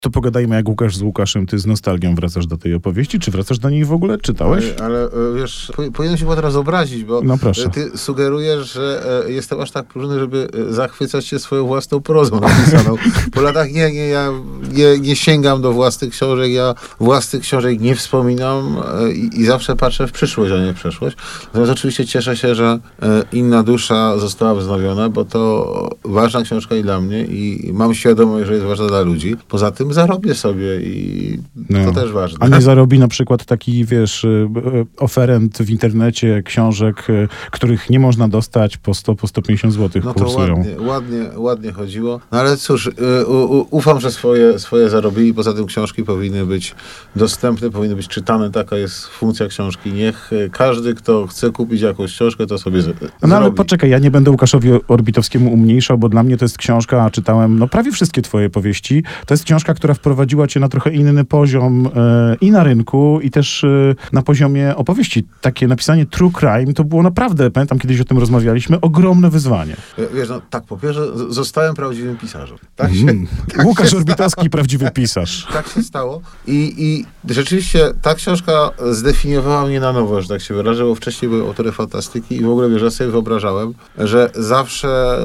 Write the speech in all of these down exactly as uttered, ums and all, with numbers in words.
To pogadajmy jak Łukasz z Łukaszem. Ty z nostalgią wracasz do tej opowieści, czy wracasz do niej w ogóle? Czytałeś? Ale, ale wiesz, powinienem się teraz obrazić, bo no proszę. Ty sugerujesz, że jestem aż tak próżny, żeby zachwycać się swoją własną prozą napisaną. Po latach nie, nie, ja nie, nie sięgam do własnych książek, ja własnych książek nie wspominam i, i zawsze patrzę w przyszłość, a nie w przeszłość. Natomiast oczywiście cieszę się, że Inna dusza została wznowiona, bo to ważna książka i dla mnie i mam świadomość, że jest ważna dla ludzi. Poza tym zarobię sobie i no. to też ważne. A nie zarobi na przykład taki, wiesz, oferent w internecie książek, których nie można dostać po sto, po sto pięćdziesiąt złotych no to kursują. Ładnie, ładnie, ładnie chodziło. No ale cóż, u, u, ufam, że swoje, swoje zarobili. Poza tym książki powinny być dostępne, powinny być czytane. Taka jest funkcja książki. Niech każdy, kto chce kupić jakąś książkę, to sobie z, no zrobi. Ale poczekaj, ja nie będę Łukaszowi Orbitowskiemu umniejszał, bo dla mnie to jest książka, a czytałem no prawie wszystkie twoje powieści. To jest książka, która wprowadziła cię na trochę inny poziom e, i na rynku, i też e, na poziomie opowieści. Takie napisanie true crime to było naprawdę, pamiętam kiedyś o tym rozmawialiśmy, ogromne wyzwanie. Wiesz, no tak, po pierwsze zostałem prawdziwym pisarzem. Tak się, mm. tak Łukasz się Orbitowski, stało. prawdziwy pisarz. Tak się stało. I, I rzeczywiście ta książka zdefiniowała mnie na nowo, że tak się wyrażę, bo wcześniej byłem autorem fantastyki i w ogóle, wiesz, ja sobie wyobrażałem, że zawsze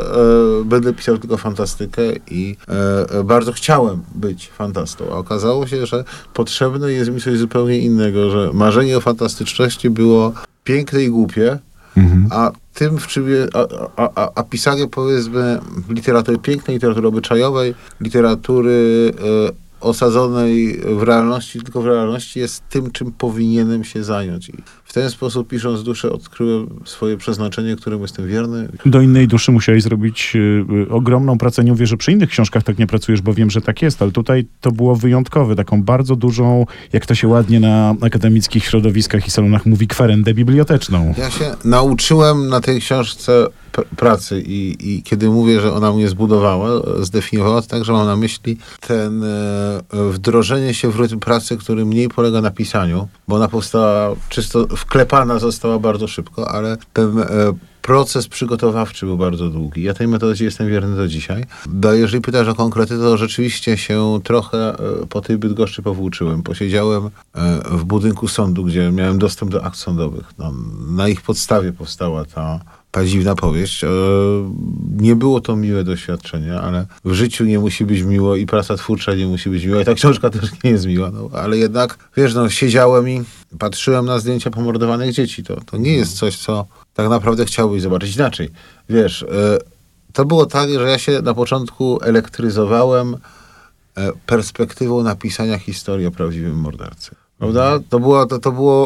e, będę pisał tylko fantastykę i e, bardzo chciałem być fantastą. A okazało się, że potrzebne jest mi coś zupełnie innego, że marzenie o fantastyczności było piękne i głupie, mhm. a tym, w czym je, a, a, a, a pisanie, powiedzmy, literatury pięknej, literatury obyczajowej, literatury e, osadzonej w realności, tylko w realności jest tym, czym powinienem się zająć. I w ten sposób, pisząc duszę, odkryłem swoje przeznaczenie, któremu jestem wierny. Do Innej duszy musiałeś zrobić y, ogromną pracę. Nie mówię, że przy innych książkach tak nie pracujesz, bo wiem, że tak jest, ale tutaj to było wyjątkowe. Taką bardzo dużą, jak to się ładnie na akademickich środowiskach i salonach mówi, kwerendę biblioteczną. Ja się nauczyłem na tej książce pracy i, i kiedy mówię, że ona mnie zbudowała, zdefiniowała, to tak, że mam na myśli ten e, wdrożenie się w rytm pracy, który mniej polega na pisaniu, bo ona powstała czysto, wklepana została bardzo szybko, ale ten e, proces przygotowawczy był bardzo długi. Ja tej metodzie jestem wierny do dzisiaj. Bo jeżeli pytasz o konkrety, to rzeczywiście się trochę e, po tej Bydgoszczy powłóczyłem. Posiedziałem e, w budynku sądu, gdzie miałem dostęp do akt sądowych. No, na ich podstawie powstała ta Ta dziwna powieść. E, nie było to miłe doświadczenie, ale w życiu nie musi być miło i praca twórcza nie musi być miła i ta książka też nie jest miła. No, ale jednak, wiesz, no, siedziałem i patrzyłem na zdjęcia pomordowanych dzieci. To, to nie jest coś, co tak naprawdę chciałbyś zobaczyć inaczej. Wiesz, e, to było tak, że ja się na początku elektryzowałem e, perspektywą napisania historii o prawdziwym mordercy. Prawda? To było, to, to było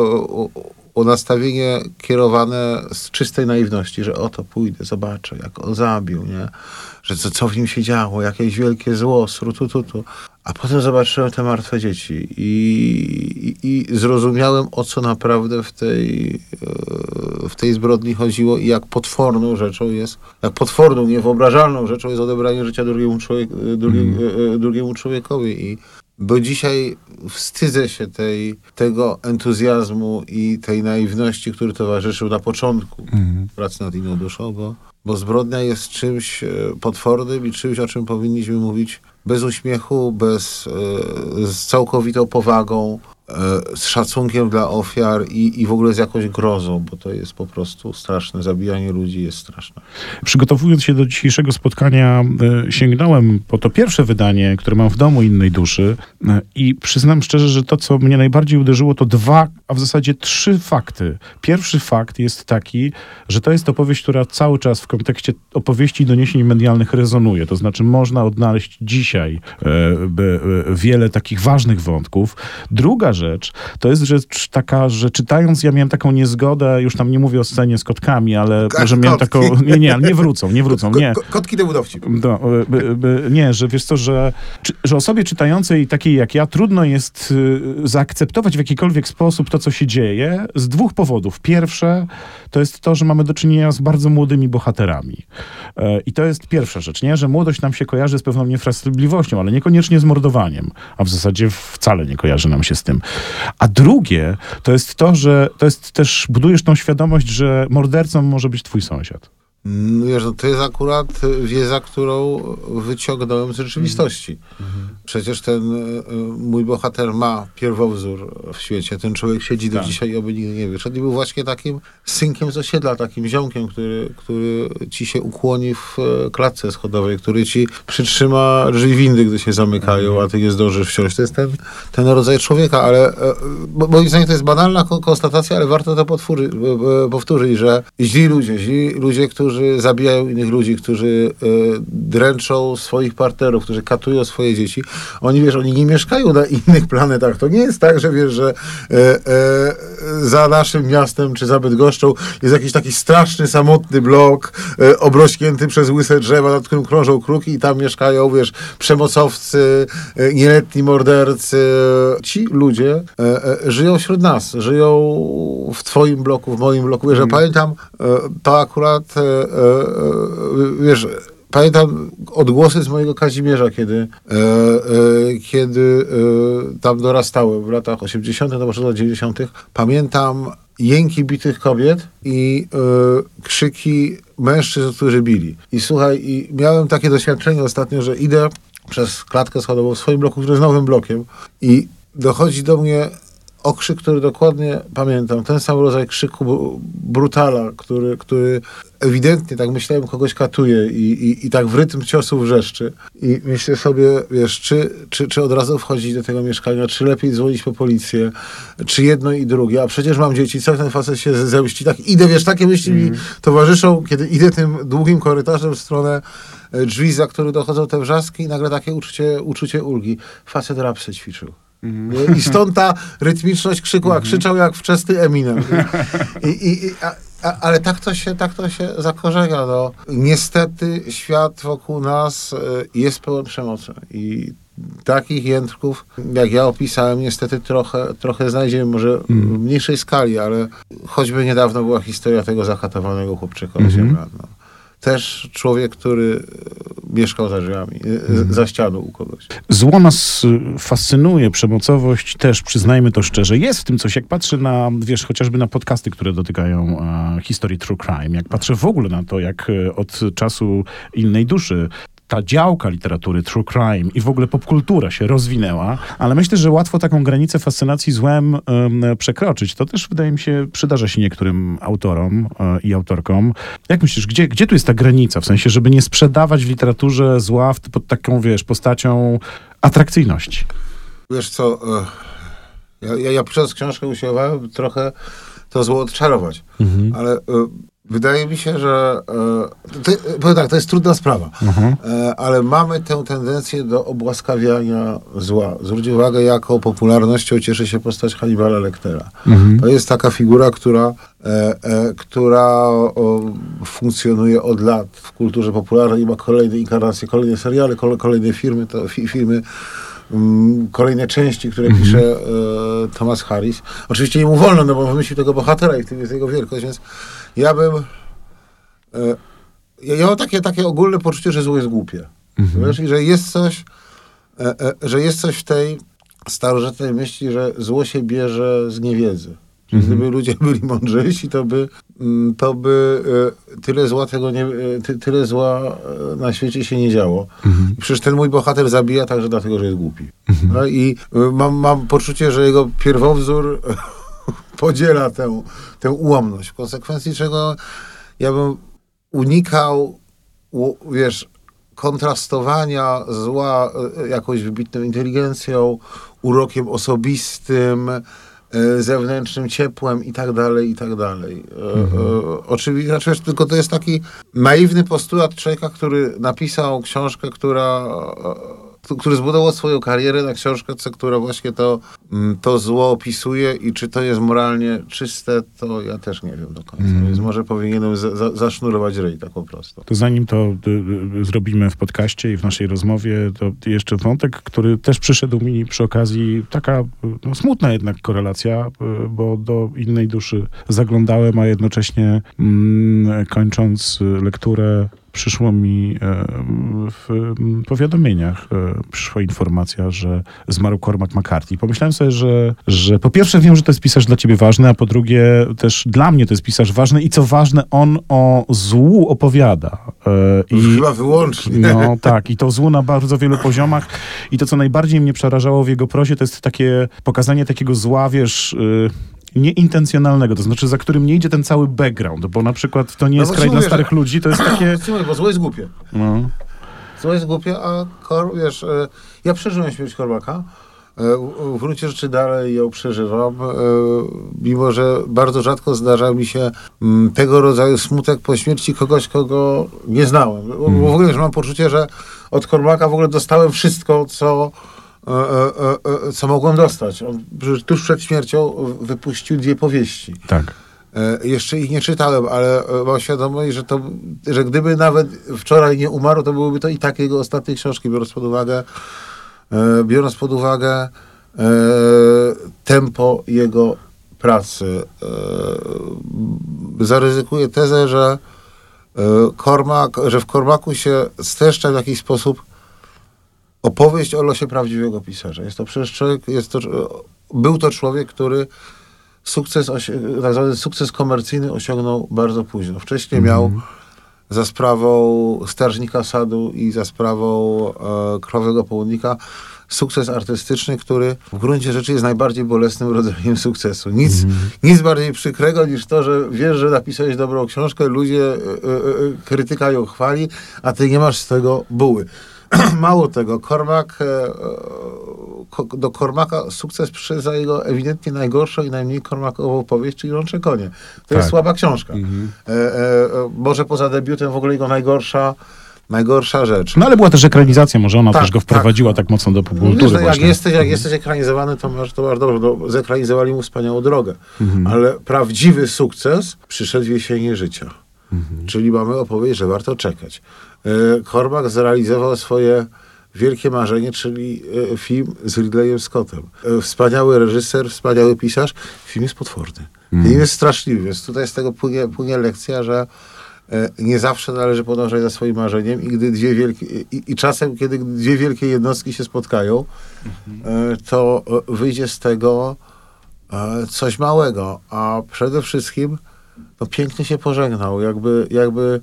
e, e, o nastawienie kierowane z czystej naiwności, że oto pójdę, zobaczę, jak on zabił, nie? Że co, co w nim się działo, jakieś wielkie zło, srutututu. A potem zobaczyłem te martwe dzieci i, i, i zrozumiałem, o co naprawdę w tej, w tej zbrodni chodziło i jak potworną rzeczą jest, jak potworną, niewyobrażalną rzeczą jest odebranie życia drugiemu, człowiek, drugi, mm. drugiemu człowiekowi. I bo dzisiaj wstydzę się tej, tego entuzjazmu i tej naiwności, który towarzyszył na początku mm. pracy nad Inną duszą, bo, bo zbrodnia jest czymś potwornym i czymś, o czym powinniśmy mówić bez uśmiechu, bez, z całkowitą powagą, z szacunkiem dla ofiar i, i w ogóle z jakąś grozą, bo to jest po prostu straszne. Zabijanie ludzi jest straszne. Przygotowując się do dzisiejszego spotkania, e, sięgnąłem po to pierwsze wydanie, które mam w domu, Innej duszy, e, i przyznam szczerze, że to, co mnie najbardziej uderzyło, to dwa, a w zasadzie trzy fakty. Pierwszy fakt jest taki, że to jest opowieść, która cały czas w kontekście opowieści i doniesień medialnych rezonuje. To znaczy można odnaleźć dzisiaj e, be, e, wiele takich ważnych wątków. Druga rzecz, to jest rzecz taka, że czytając, ja miałem taką niezgodę, już tam nie mówię o scenie z kotkami, ale K- że miałem taką... Nie, nie, nie wrócą, nie wrócą, nie. Ko- kotki to był dowcip. No, by, by, nie, że wiesz co, że, czy, że osobie czytającej takiej jak ja trudno jest y, zaakceptować w jakikolwiek sposób to, co się dzieje, z dwóch powodów. Pierwsze, to jest to, że mamy do czynienia z bardzo młodymi bohaterami. Y, I to jest pierwsza rzecz, nie? Że młodość nam się kojarzy z pewną niefrasobliwością, ale niekoniecznie z mordowaniem, a w zasadzie wcale nie kojarzy nam się z tym. A drugie, to jest to, że to jest też, budujesz tą świadomość, że mordercą może być twój sąsiad. No wiesz, no to jest akurat wiedza, którą wyciągnąłem z rzeczywistości. Mhm. Przecież ten y, mój bohater ma pierwowzór w świecie. Ten człowiek siedzi do tak. dzisiaj i oby nigdy nie wyszedł. I był właśnie takim synkiem z osiedla, takim ziomkiem, który, który ci się ukłoni w klatce schodowej, który ci przytrzyma drzwi windy, gdy się zamykają, mhm. a ty nie zdążysz wsiąść. To jest ten, ten rodzaj człowieka, ale bo, moim zdaniem to jest banalna konstatacja, ale warto to potwórzy, powtórzyć, że źli ludzie, źli ludzie, którzy zabijają innych ludzi, którzy e, dręczą swoich partnerów, którzy katują swoje dzieci. Oni, wiesz, oni nie mieszkają na innych planetach. To nie jest tak, że wiesz, że e, e, za naszym miastem czy za Bydgoszczą jest jakiś taki straszny, samotny blok e, obrośnięty przez łyse drzewa, nad którym krążą kruki i tam mieszkają, wiesz, przemocowcy, e, nieletni mordercy. Ci ludzie e, e, żyją wśród nas. Żyją w twoim bloku, w moim bloku. Wiesz, mm. ja pamiętam, e, to akurat e, wiesz, pamiętam odgłosy z mojego Kazimierza, kiedy, e, e, kiedy e, tam dorastałem w latach osiemdziesiątych, no może lat dziewięćdziesiątych. Pamiętam jęki bitych kobiet i e, krzyki mężczyzn, którzy bili. I słuchaj, i miałem takie doświadczenie ostatnio, że idę przez klatkę schodową w swoim bloku, który jest nowym blokiem i dochodzi do mnie okrzyk, który dokładnie pamiętam. Ten sam rodzaj krzyku brutala, który, który ewidentnie, tak myślałem, kogoś katuje i, i, i tak w rytm ciosów wrzeszczy. I myślę sobie, wiesz, czy, czy, czy od razu wchodzić do tego mieszkania, czy lepiej dzwonić po policję, czy jedno i drugie. A przecież mam dzieci, co ten facet się zemści? Tak idę, wiesz, takie myśli mm. mi towarzyszą, kiedy idę tym długim korytarzem w stronę drzwi, za które dochodzą te wrzaski i nagle takie uczucie, uczucie ulgi. Facet rapsy ćwiczył. Mm. I stąd ta rytmiczność krzyku, a krzyczał jak wczesny Eminem. I, i, i, a, a, ale tak to się, tak to się zakorzenia. No. Niestety świat wokół nas jest pełen przemocy. I takich jędrków, jak ja opisałem, niestety trochę, trochę znajdziemy, może w mniejszej skali, ale choćby niedawno była historia tego zakatowanego chłopczyka osiem lat. No. Też człowiek, który mieszkał za drzwiami, hmm. za ścianą u kogoś. Zło nas fascynuje, przemocowość też, przyznajmy to szczerze. Jest w tym coś, jak patrzę na, wiesz, chociażby na podcasty, które dotykają e, historii true crime, jak patrzę w ogóle na to, jak e, od czasu Innej duszy ta działka literatury, true crime i w ogóle popkultura się rozwinęła, ale myślę, że łatwo taką granicę fascynacji złem um, przekroczyć. To też, wydaje mi się, przydarza się niektórym autorom um, i autorkom. Jak myślisz, gdzie, gdzie tu jest ta granica? W sensie, żeby nie sprzedawać w literaturze zła pod taką, wiesz, postacią atrakcyjności. Wiesz co, ja, ja, ja pisząc książkę usiłowałem trochę to zło odczarować, mhm. ale wydaje mi się, że to, powiem tak, to jest trudna sprawa, uh-huh. ale mamy tę tendencję do obłaskawiania zła. Zwróć uwagę, jaką popularnością cieszy się postać Hannibala Lectera. Uh-huh. To jest taka figura, która, e, e, która o, funkcjonuje od lat w kulturze popularnej i ma kolejne inkarnacje, kolejne seriale, kole, kolejne firmy, to, fi, filmy, um, kolejne części, które uh-huh. pisze e, Thomas Harris. Oczywiście nie mu wolno, no bo wymyślił tego bohatera i w tym jest jego wielkość, więc ja bym... E, ja, ja mam takie, takie ogólne poczucie, że zło jest głupie. Mhm. Wiesz, i że jest coś, e, e, że jest coś w tej starożytnej myśli, że zło się bierze z niewiedzy. Czyli mhm. gdyby ludzie byli mądrzejsi, to by, to by e, tyle zła tego nie, ty, tyle zła na świecie się nie działo. Mhm. Przecież ten mój bohater zabija także dlatego, że jest głupi. Mhm. No i mam, mam poczucie, że jego pierwowzór podziela tę, tę ułomność, w konsekwencji czego ja bym unikał, wiesz, kontrastowania zła jakąś wybitną inteligencją, urokiem osobistym, zewnętrznym ciepłem i tak dalej, i tak dalej. Mhm. Oczywiście, znaczy, tylko to jest taki naiwny postulat człowieka, który napisał książkę, która który zbudował swoją karierę na książce, która właśnie to, to zło opisuje i czy to jest moralnie czyste, to ja też nie wiem do końca. Mm. Więc może powinienem za, za, zasznurować ryj tak po prostu. To zanim to y, y, zrobimy w podcaście i w naszej rozmowie, to jeszcze wątek, który też przyszedł mi przy okazji, taka no, smutna jednak korelacja, y, bo do Innej duszy zaglądałem, a jednocześnie mm, kończąc lekturę przyszło mi w powiadomieniach przyszła informacja, że zmarł Cormac McCarthy. Pomyślałem sobie, że, że po pierwsze wiem, że to jest pisarz dla ciebie ważny, a po drugie też dla mnie to jest pisarz ważny i co ważne, on o złu opowiada. I chyba wyłącznie. No tak, i to zło na bardzo wielu poziomach i to, co najbardziej mnie przerażało w jego prozie, to jest takie pokazanie takiego zła, wiesz... nieintencjonalnego, to znaczy za którym nie idzie ten cały background, bo na przykład to nie no jest kraj dla starych że... ludzi, to jest takie... Bo zło jest głupie. No. Zło jest głupie, a Kor, wiesz, ja przeżyłem śmierć Cormaca, w gruncie rzeczy dalej ją przeżywam, mimo że bardzo rzadko zdarza mi się tego rodzaju smutek po śmierci kogoś, kogo nie znałem. Bo w ogóle już mam poczucie, że od Cormaca w ogóle dostałem wszystko, co E, e, e, co mogłem dostać. On tuż przed śmiercią wypuścił dwie powieści. Tak. E, jeszcze ich nie czytałem, ale mam świadomość, że, to, że gdyby nawet wczoraj nie umarł, to byłyby to i tak jego ostatnie książki, biorąc pod uwagę e, biorąc pod uwagę e, tempo jego pracy. E, zaryzykuję tezę, że e, Cormac, że w Cormacu się streszcza w jakiś sposób opowieść o losie prawdziwego pisarza. Jest to przecież człowiek, jest to, był to człowiek, który sukces, tak zwany sukces komercyjny osiągnął bardzo późno. Wcześniej mm. miał za sprawą Strażnika Sadu i za sprawą e, Krwawego Południka sukces artystyczny, który w gruncie rzeczy jest najbardziej bolesnym rodzajem sukcesu. Nic, mm. nic bardziej przykrego niż to, że wiesz, że napisałeś dobrą książkę, ludzie, e, e, krytyka ją chwali, a ty nie masz z tego buły. Mało tego, Cormac, do Cormaca sukces przyszedł za jego ewidentnie najgorszą i najmniej Cormacową powieść, czyli Rącze konie. To tak. jest słaba książka. Mhm. E, e, może poza debiutem w ogóle jego najgorsza, najgorsza rzecz. No ale była też ekranizacja, może ona tak, też go wprowadziła tak, tak mocno do popkultury. Wiesz, jak jesteś, jak jesteś ekranizowany, to masz, to masz dobrze, no, zekranizowali mu Wspaniałą drogę. Mhm. Ale prawdziwy sukces przyszedł w jesieni życia. Mhm. Czyli mamy opowieść, że warto czekać. Cormac zrealizował swoje wielkie marzenie, czyli film z Ridleyem Scottem. Wspaniały reżyser, wspaniały pisarz. Film jest potworny. Mm. Film jest straszliwy, więc tutaj z tego płynie, płynie lekcja, że nie zawsze należy podążać za swoim marzeniem i gdy dwie wielkie, i, i czasem, kiedy dwie wielkie jednostki się spotkają, mm-hmm. to wyjdzie z tego coś małego, a przede wszystkim no, pięknie się pożegnał. Jakby, jakby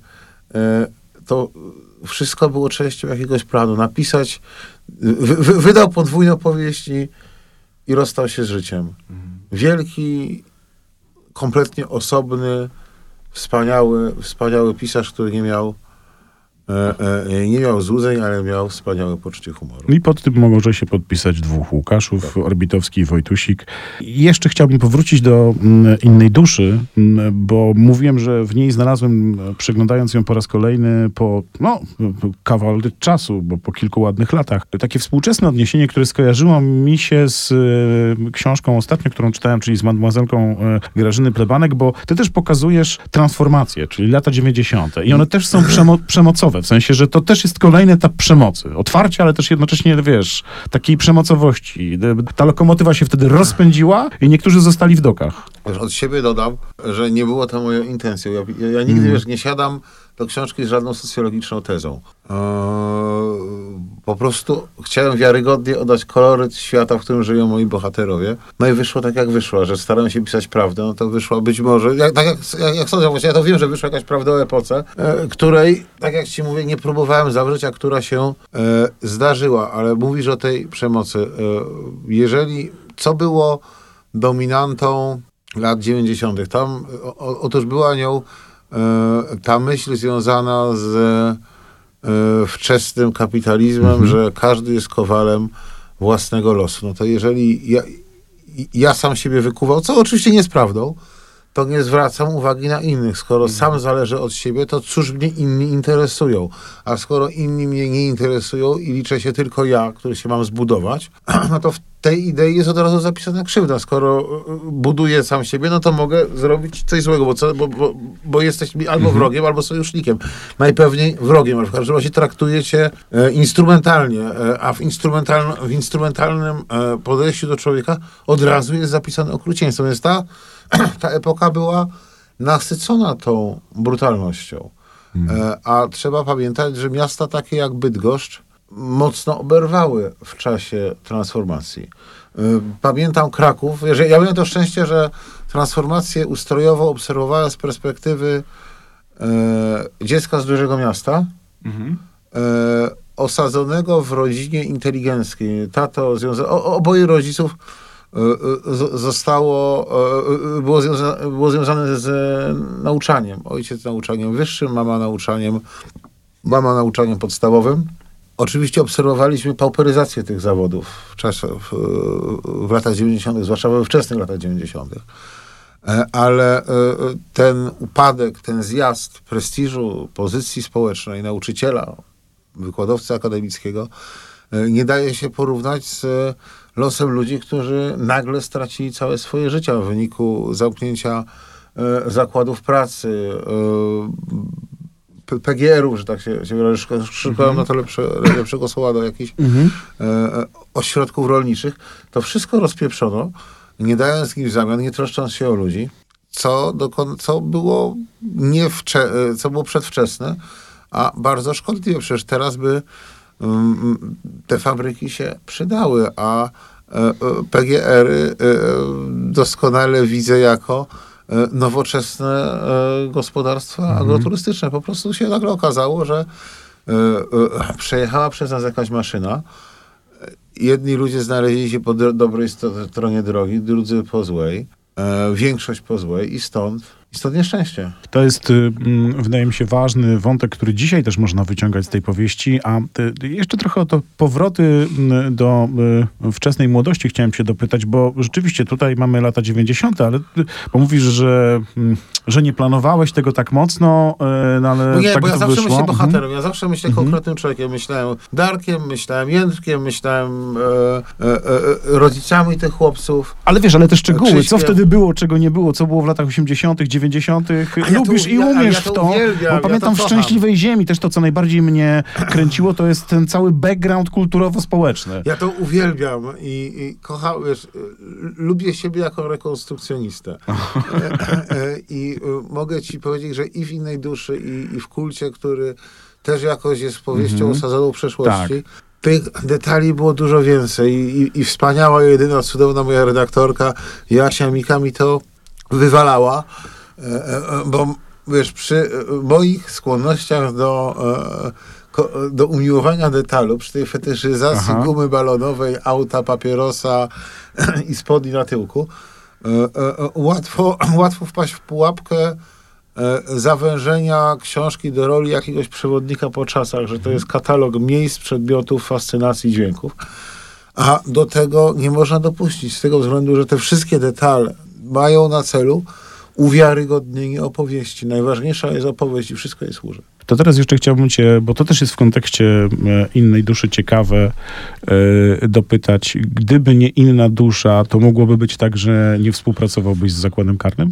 to wszystko było częścią jakiegoś planu. Napisać, wy, wy, wydał podwójną powieść i, i rozstał się z życiem. Wielki, kompletnie osobny, wspaniały, wspaniały pisarz, który nie miał E, e, nie miał złudzeń, ale miał wspaniałe poczucie humoru. I pod tym może się podpisać dwóch Łukaszów, tak. Orbitowski i Wojtusik. I jeszcze chciałbym powrócić do m, Innej duszy, m, bo mówiłem, że w niej znalazłem, przeglądając ją po raz kolejny, po no, kawał czasu, bo po kilku ładnych latach, takie współczesne odniesienie, które skojarzyło mi się z e, książką ostatnio, którą czytałem, czyli z Mademoiselką e, Grażyny Plebanek, bo ty też pokazujesz transformację, czyli lata dziewięćdziesiąte. I one też są przemo- przemocowe. W sensie, że to też jest kolejny etap przemocy. Otwarcie, ale też jednocześnie, wiesz, takiej przemocowości. Ta lokomotywa się wtedy rozpędziła i niektórzy zostali w dokach. Od siebie dodam, że nie było to moją intencją. Ja, ja, ja nigdy, mm. wiesz, nie siadam do książki z żadną socjologiczną tezą. Eee, po prostu chciałem wiarygodnie oddać koloryt świata, w którym żyją moi bohaterowie. No i wyszło tak, jak wyszło, że starałem się pisać prawdę. No to wyszło być może, jak, tak jak, jak, jak sądzę, właśnie ja to wiem, że wyszła jakaś prawda o epoce, e, której, tak jak ci mówię, nie próbowałem zawrzeć, a która się e, zdarzyła. Ale mówisz o tej przemocy. E, jeżeli, co było dominantą lat dziewięćdziesiątych. Tam o, otóż była nią e, ta myśl związana z e, wczesnym kapitalizmem, mhm. że każdy jest kowalem własnego losu. No to jeżeli ja, ja sam siebie wykuwał, co oczywiście nie jest prawdą, to nie zwracam uwagi na innych. Skoro mhm. sam zależę od siebie, to cóż mnie inni interesują? A skoro inni mnie nie interesują i liczę się tylko ja, który się mam zbudować, no to w tej idei jest od razu zapisana krzywda. Skoro buduję sam siebie, no to mogę zrobić coś złego, bo, co, bo, bo, bo jesteś mi albo wrogiem, albo sojusznikiem. Najpewniej wrogiem, ale w każdym razie traktujecie e, instrumentalnie, e, a w, instrumentalnym, w instrumentalnym e, podejściu do człowieka od razu jest zapisane okrucieństwo. Więc ta, ta epoka była nasycona tą brutalnością. Mhm. E, a trzeba pamiętać, że miasta takie jak Bydgoszcz mocno oberwały w czasie transformacji. E, pamiętam Kraków. Ja miałem to szczęście, że transformację ustrojową obserwowałem z perspektywy e, dziecka z dużego miasta, mhm. e, osadzonego w rodzinie inteligenckiej. Tato, związa- o, oboje rodziców z- zostało, było, związa- było związane z nauczaniem. Ojciec nauczaniem wyższym, mama nauczaniem, mama nauczaniem podstawowym. Oczywiście obserwowaliśmy pauperyzację tych zawodów w, czasie, w, w latach dziewięćdziesiątych, zwłaszcza we wczesnych latach dziewięćdziesiątych. Ale ten upadek, ten zjazd prestiżu, pozycji społecznej nauczyciela, wykładowcy akademickiego nie daje się porównać z losem ludzi, którzy nagle stracili całe swoje życie w wyniku zamknięcia zakładów pracy, P G R-ów, że tak się, się szukałem na to lepsze, lepszego słowa do jakichś mm-hmm. ośrodków rolniczych. To wszystko rozpieprzono, nie dając im w zamian, nie troszcząc się o ludzi, co, dokon- co, było, nie wcze- co było przedwczesne, a bardzo szkodliwe. Przecież teraz by um, te fabryki się przydały, a e, P G R-y e, doskonale widzę jako e, nowoczesne e, gospodarstwa mhm. agroturystyczne. Po prostu się nagle okazało, że e, e, przejechała przez nas jakaś maszyna. Jedni ludzie znaleźli się po do, dobrej stronie drogi, drudzy po złej. E, większość po złej i stąd, i stąd nieszczęście. To jest, y, wydaje mi się, ważny wątek, który dzisiaj też można wyciągać z tej powieści, a y, jeszcze trochę o to powroty y, do y, wczesnej młodości chciałem się dopytać, bo rzeczywiście tutaj mamy lata dziewięćdziesiąte, ale y, bo mówisz, że, y, że nie planowałeś tego tak mocno, y, no ale no nie, tak bo ja to zawsze wyszło. myślę bohaterem, mhm. ja zawsze myślę mhm. konkretnym człowiekiem. Myślałem Darkiem, myślałem Jędrkiem, myślałem e, e, e, rodzicami tych chłopców. Ale wiesz, ale te szczegóły, Krzyśkiem. Co wtedy było, czego nie było, co było w latach osiemdziesiątych, dziewięćdziesiątych. Ja Lubisz to, i ja, umiesz ja to w to. Uwielbiam, bo pamiętam ja to w Szczęśliwej Ziemi też to, co najbardziej mnie kręciło, to jest ten cały background kulturowo-społeczny. Ja to uwielbiam i, i kocham, wiesz, lubię siebie jako rekonstrukcjonistę. I mogę ci powiedzieć, że i w Innej duszy, i, i w Kulcie, który też jakoś jest powieścią mm-hmm. osadzoną w przeszłości, tak. Tych detali było dużo więcej i, i, i wspaniała, jedyna, cudowna moja redaktorka Jasia Mika mi to wywalała, bo wiesz, przy moich skłonnościach do, do umiłowania detalu, przy tej fetyszyzacji Aha. gumy balonowej, auta, papierosa i spodni na tyłku, łatwo, łatwo wpaść w pułapkę zawężenia książki do roli jakiegoś przewodnika po czasach, że to jest katalog miejsc, przedmiotów, fascynacji, dźwięków. A do tego nie można dopuścić z tego względu, że te wszystkie detale mają na celu uwiarygodnienie opowieści. Najważniejsza jest opowieść i wszystko jej służy. To teraz jeszcze chciałbym cię, bo to też jest w kontekście Innej duszy ciekawe, yy, dopytać, gdyby nie Inna dusza, to mogłoby być tak, że nie współpracowałbyś z zakładem karnym?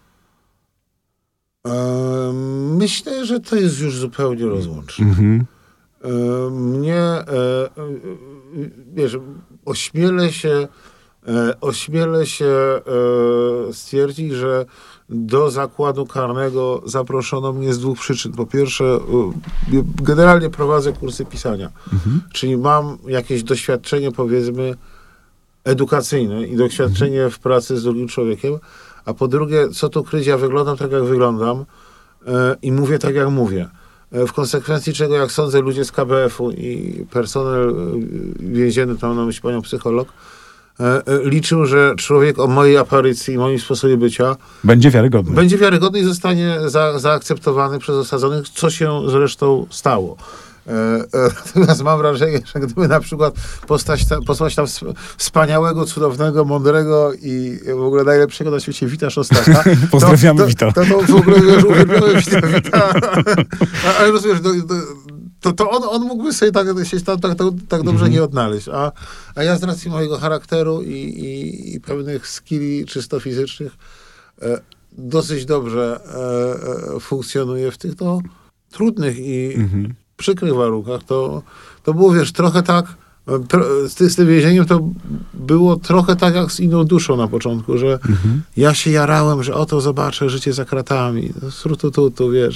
Myślę, że to jest już zupełnie rozłączne. Mm-hmm. Mnie, wiesz, ośmielę się, ośmielę się stwierdzić, że do zakładu karnego zaproszono mnie z dwóch przyczyn. Po pierwsze, generalnie prowadzę kursy pisania, mm-hmm. czyli mam jakieś doświadczenie, powiedzmy, edukacyjne i doświadczenie mm-hmm. w pracy z drugim człowiekiem, a po drugie, co tu kryć, ja wyglądam tak, jak wyglądam yy, i mówię tak, jak mówię. Yy, w konsekwencji czego, jak sądzę, ludzie z K B F-u i personel yy, więzienny, tam na myśli panią psycholog, yy, yy, liczył, że człowiek o mojej aparycji i moim sposobie bycia będzie wiarygodny. Będzie wiarygodny i zostanie za, zaakceptowany przez osadzonych, co się zresztą stało. Natomiast mam wrażenie, że gdyby na przykład postać ta, posłać tam wspaniałego, cudownego, mądrego i w ogóle najlepszego na świecie Wita Szostaka. Pozdrawiamy to, Wita. To, to, to w ogóle już uwielbiamy Wita. Wita. Ale rozumiesz, to, to, to on, on mógłby sobie tak, się tam tak, tak, tak dobrze mm-hmm. nie odnaleźć. A, a ja z racji mojego charakteru i, i, i pewnych skilli czysto fizycznych e, dosyć dobrze e, funkcjonuję w tych no, trudnych i mm-hmm. przykrych warunkach. To, to było, wiesz, trochę tak, z, ty, z tym więzieniem to było trochę tak jak z Inną duszą na początku, że mhm. ja się jarałem, że oto zobaczę życie za kratami, tu, tu, tu, wiesz.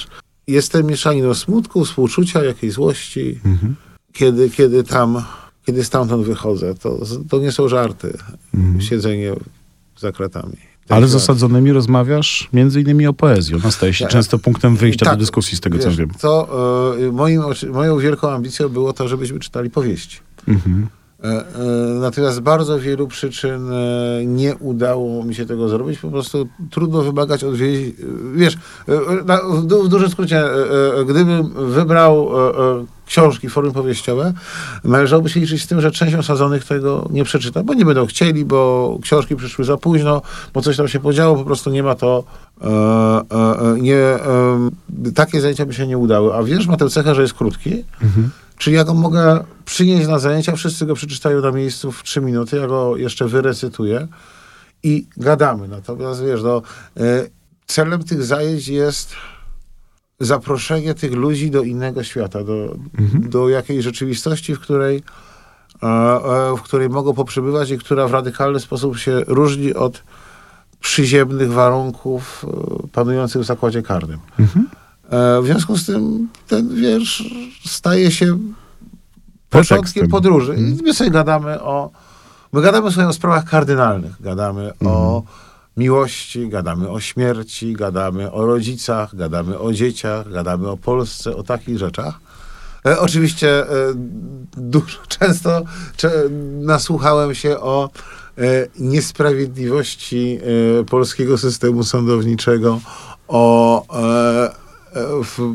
jestem mieszaniną smutku, współczucia, jakiejś złości. Mhm. Kiedy, kiedy tam, kiedy stamtąd wychodzę, to, to nie są żarty. Mhm. Siedzenie za kratami. Ale z osadzonymi rozmawiasz między innymi o poezji. Ona staje się ja, często punktem wyjścia tak, do dyskusji, z tego wiesz, co wiem. To y, moim, moją wielką ambicją było to, żebyśmy czytali powieści. Mhm. E, e, natomiast z bardzo wielu przyczyn e, nie udało mi się tego zrobić. Po prostu trudno wymagać od wieści. Wiesz, e, na, w, w dużym skrócie, e, e, gdybym wybrał e, e, książki w formie powieściowe, należałoby się liczyć z tym, że część osadzonych tego nie przeczyta, bo nie będą chcieli, bo książki przyszły za późno, bo coś tam się podziało, po prostu nie ma to, e, e, nie, e, takie zajęcia by się nie udały. A wiesz, ma tę cechę, że jest krótki, mhm. Czyli ja go mogę przynieść na zajęcia, wszyscy go przeczytają na miejscu w trzy minuty, ja go jeszcze wyrecytuję i gadamy. Natomiast wiesz, no, e, celem tych zajęć jest zaproszenie tych ludzi do innego świata, do, mhm. do jakiejś rzeczywistości, w której, e, e, w której mogą poprzebywać i która w radykalny sposób się różni od przyziemnych warunków e, panujących w zakładzie karnym. Mhm. E, w związku z tym ten wiersz staje się początkiem podróży. Mhm. I my sobie gadamy o... My gadamy sobie o sprawach kardynalnych. Gadamy mhm. o miłości, gadamy o śmierci, gadamy o rodzicach, gadamy o dzieciach, gadamy o Polsce, o takich rzeczach. E, oczywiście e, dużo, często cze, nasłuchałem się o e, niesprawiedliwości e, polskiego systemu sądowniczego, o e, w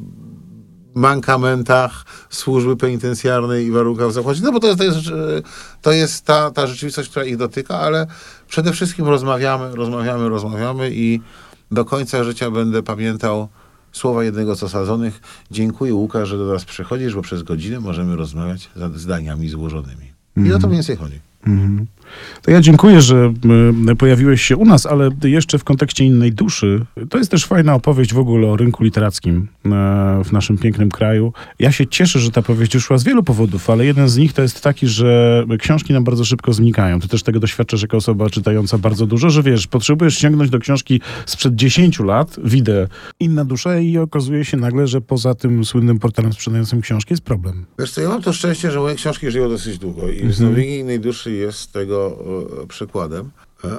mankamentach służby penitencjarnej i warunkach w zakładzie. No bo to jest, to jest, to jest ta, ta rzeczywistość, która ich dotyka, ale przede wszystkim rozmawiamy, rozmawiamy, rozmawiamy i do końca życia będę pamiętał słowa jednego z osadzonych. Dziękuję, Łukasz, że do nas przychodzisz, bo przez godzinę możemy rozmawiać zdaniami złożonymi. Mm. I o to mniej więcej chodzi. Mm. To ja dziękuję, że y, pojawiłeś się u nas, ale jeszcze w kontekście innej duszy. To jest też fajna opowieść w ogóle o rynku literackim y, w naszym pięknym kraju. Ja się cieszę, że ta powieść wyszła z wielu powodów, ale jeden z nich to jest taki, że książki nam bardzo szybko znikają. Ty też tego doświadczasz jako osoba czytająca bardzo dużo, że wiesz, potrzebujesz sięgnąć do książki sprzed dziesięciu lat, widzę Inna dusza i okazuje się nagle, że poza tym słynnym portalem sprzedającym książki jest problem. Wiesz co, ja mam to szczęście, że moje książki żyją dosyć długo i wznowienie mm-hmm. Innej duszy jest tego e, przykładem.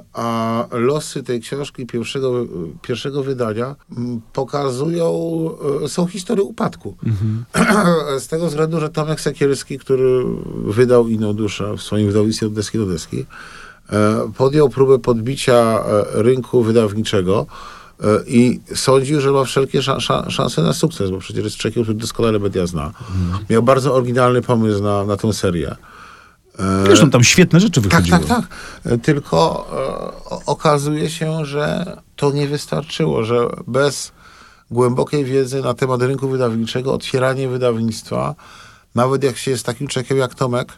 A losy tej książki pierwszego, pierwszego wydania m, pokazują, e, są historie upadku. Mm-hmm. Z tego względu, że Tomek Sekielski, który wydał Inną duszę w swoim wydawnictwie Od deski do deski, e, podjął próbę podbicia e, rynku wydawniczego e, i sądził, że ma wszelkie szan, szan, szanse na sukces, bo przecież jest człowiekiem, który doskonale media zna. Mm-hmm. Miał bardzo oryginalny pomysł na, na tę serię. Zresztą tam świetne rzeczy wychodziły. Tak, tak, tak. Tylko e, okazuje się, że to nie wystarczyło, że bez głębokiej wiedzy na temat rynku wydawniczego, otwieranie wydawnictwa, nawet jak się jest takim człowiekiem jak Tomek,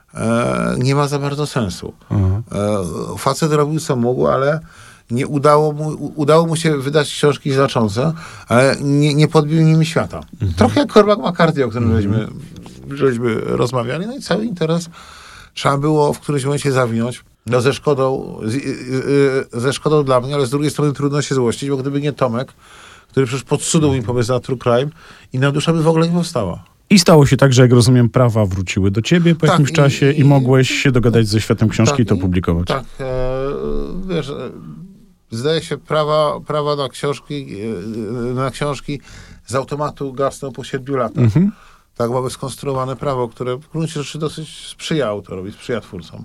e, nie ma za bardzo sensu. E, facet robił co mógł, ale nie udało mu, udało mu się wydać książki znaczące, ale nie, nie podbił nimi świata. Mhm. Trochę jak Cormac McCarthy, o którym mhm. żeśmy, żeśmy rozmawiali. No i cały interes trzeba było w którymś momencie zawinąć. No ze szkodą, z, yy, ze szkodą dla mnie, ale z drugiej strony trudno się złościć, bo gdyby nie Tomek, który przecież podsunął mi pomysł na True Crime, Inna dusza by w ogóle nie powstała. I stało się tak, że jak rozumiem, prawa wróciły do ciebie po tak, jakimś i, czasie i, i mogłeś się dogadać ze światem książki tak, i to publikować. Tak, e, wiesz, zdaje się, prawa, prawa na książki, na książki z automatu gasną po siedmiu latach. Mhm. Tak mamy skonstruowane prawo, które w gruncie rzeczy dosyć sprzyja autorowi, sprzyja twórcom.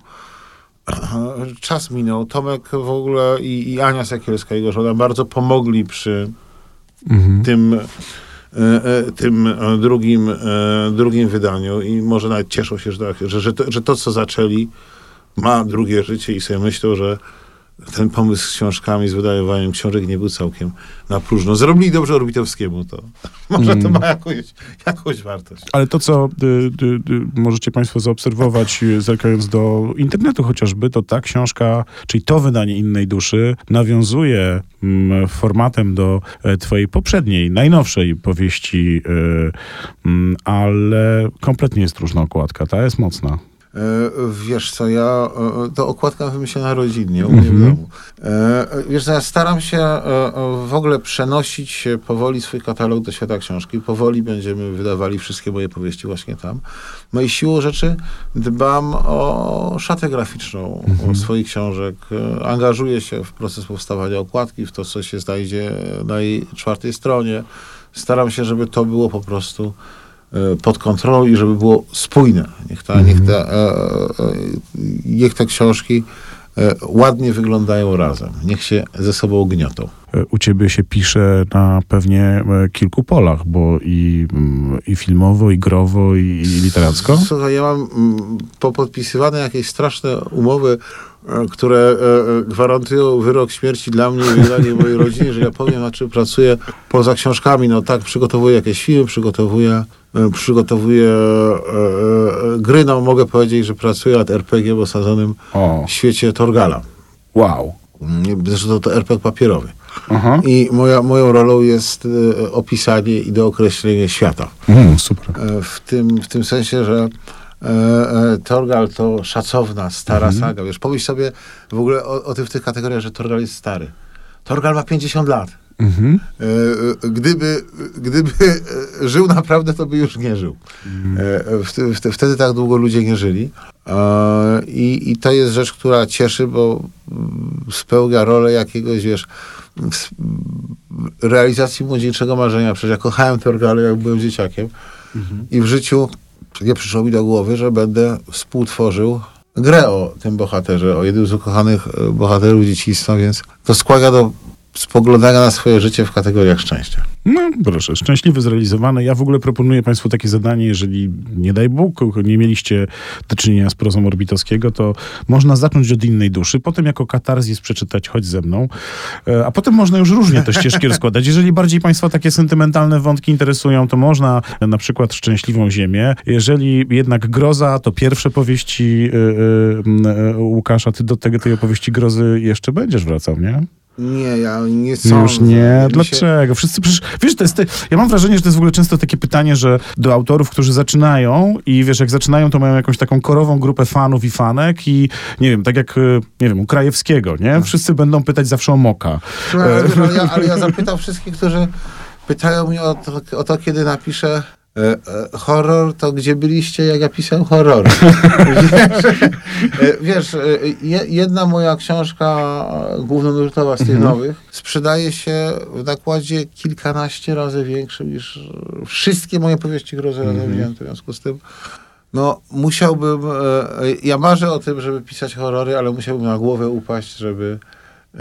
Czas minął. Tomek w ogóle i, i Ania Sekielska, jego żona, bardzo pomogli przy mhm. tym, e, e, tym drugim, e, drugim wydaniu i może nawet cieszą się, że, że, że, to, że to, co zaczęli, ma drugie życie i sobie myślą, że ten pomysł z książkami, z wydawaniem książek nie był całkiem na próżno. Zrobili dobrze Orbitowskiemu, to może mm. to ma jakąś, jakąś wartość. Ale to, co y, y, y, możecie państwo zaobserwować, zerkając do internetu chociażby, to ta książka, czyli to wydanie Innej duszy, nawiązuje mm, formatem do e, twojej poprzedniej, najnowszej powieści, y, y, ale kompletnie jest różna okładka. Ta jest mocna. Wiesz co, ja to okładka wymyślona rodzinnie u mnie w domu. Wiesz co, ja staram się w ogóle przenosić się powoli swój katalog do świata książki. Powoli będziemy wydawali wszystkie moje powieści właśnie tam. No i siłą rzeczy dbam o szatę graficzną mhm. swoich książek. Angażuję się w proces powstawania okładki, w to, co się znajdzie na jej czwartej stronie. Staram się, żeby to było po prostu pod kontrolą i żeby było spójne. Niech, ta, mm. niech, te, e, e, niech te książki e, ładnie wyglądają razem. Niech się ze sobą gniotą. U ciebie się pisze na pewnie kilku polach, bo i, i filmowo, i growo, i, i literacko. Słuchaj, ja mam popodpisywane jakieś straszne umowy, które gwarantują wyrok śmierci dla mnie i dla mojej rodziny, że ja powiem, na czym pracuję poza książkami. No tak, przygotowuję jakieś filmy, przygotowuję, przygotowuję e, gry. No mogę powiedzieć, że pracuję nad er pe gie osadzonym o. w świecie Torgala. Wow. Zresztą to, to er pe gie papierowy. Aha. I moja, moją rolą jest e, opisanie i dookreślenie świata. Mm, super. E, w, tym, w tym sensie, że e, e, Torgal to szacowna, stara mhm. saga. Wiesz, pomyśl sobie w ogóle o, o tym w tych kategoriach, że Torgal jest stary. Torgal ma pięćdziesiąt lat. Mhm. E, gdyby, gdyby żył naprawdę, to by już nie żył. Mhm. E, w, w, wtedy tak długo ludzie nie żyli. E, i, I to jest rzecz, która cieszy, bo spełnia rolę jakiegoś, wiesz, w realizacji młodzieńczego marzenia. Przecież ja kochałem Torgala, jak byłem dzieciakiem. Mhm. I w życiu nie przyszło mi do głowy, że będę współtworzył grę o tym bohaterze, o jednym z ukochanych bohaterów dzieciństwa, więc to skłania do spoglądania na swoje życie w kategoriach szczęścia. No proszę, szczęśliwy, zrealizowany. Ja w ogóle proponuję państwu takie zadanie, jeżeli nie daj Bóg, nie mieliście do czynienia z prozą Orbitowskiego, to można zacząć od Innej duszy, potem jako katarzis przeczytać Chodź ze mną, a potem można już różnie te ścieżki rozkładać. Jeżeli bardziej państwa takie sentymentalne wątki interesują, to można na przykład Szczęśliwą ziemię. Jeżeli jednak groza, to pierwsze powieści yy, yy, Łukasza, ty do tego, tej opowieści grozy jeszcze będziesz wracał, nie? Nie, ja nie sądzę. Już nie. Dlaczego? Się... Wszyscy przecież... Wiesz, to jest... Te... Ja mam wrażenie, że to jest w ogóle często takie pytanie, że do autorów, którzy zaczynają i wiesz, jak zaczynają, to mają jakąś taką korową grupę fanów i fanek i nie wiem, tak jak, nie wiem, u Krajewskiego, nie? Wszyscy będą pytać zawsze o Moka. Ale, ale, ja, ale ja zapytam wszystkich, którzy pytają mnie o to, o to kiedy napiszę E, e, horror, to gdzie byliście, jak ja pisałem horror? wiesz, e, wiesz e, jedna moja książka głównonurtowa z tych mhm. nowych sprzedaje się w nakładzie kilkanaście razy większym niż wszystkie moje powieści grozy razem wzięte. W związku z tym no musiałbym, e, ja marzę o tym, żeby pisać horrory, ale musiałbym na głowę upaść, żeby E,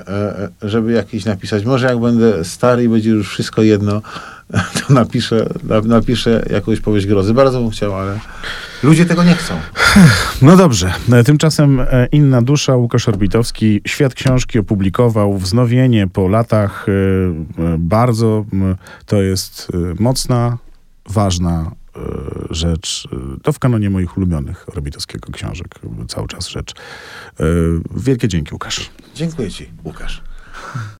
e, żeby jakiś napisać. Może jak będę stary i będzie już wszystko jedno, to napiszę, napiszę jakąś powieść grozy. Bardzo bym chciał, ale ludzie tego nie chcą. No dobrze. Tymczasem Inna dusza, Łukasz Orbitowski. Świat książki opublikował wznowienie po latach. Bardzo to jest mocna, ważna rzecz. To w kanonie moich ulubionych Orbitowskiego książek. Cały czas rzecz. Wielkie dzięki, Łukasz. Dziękuję ci, Łukasz.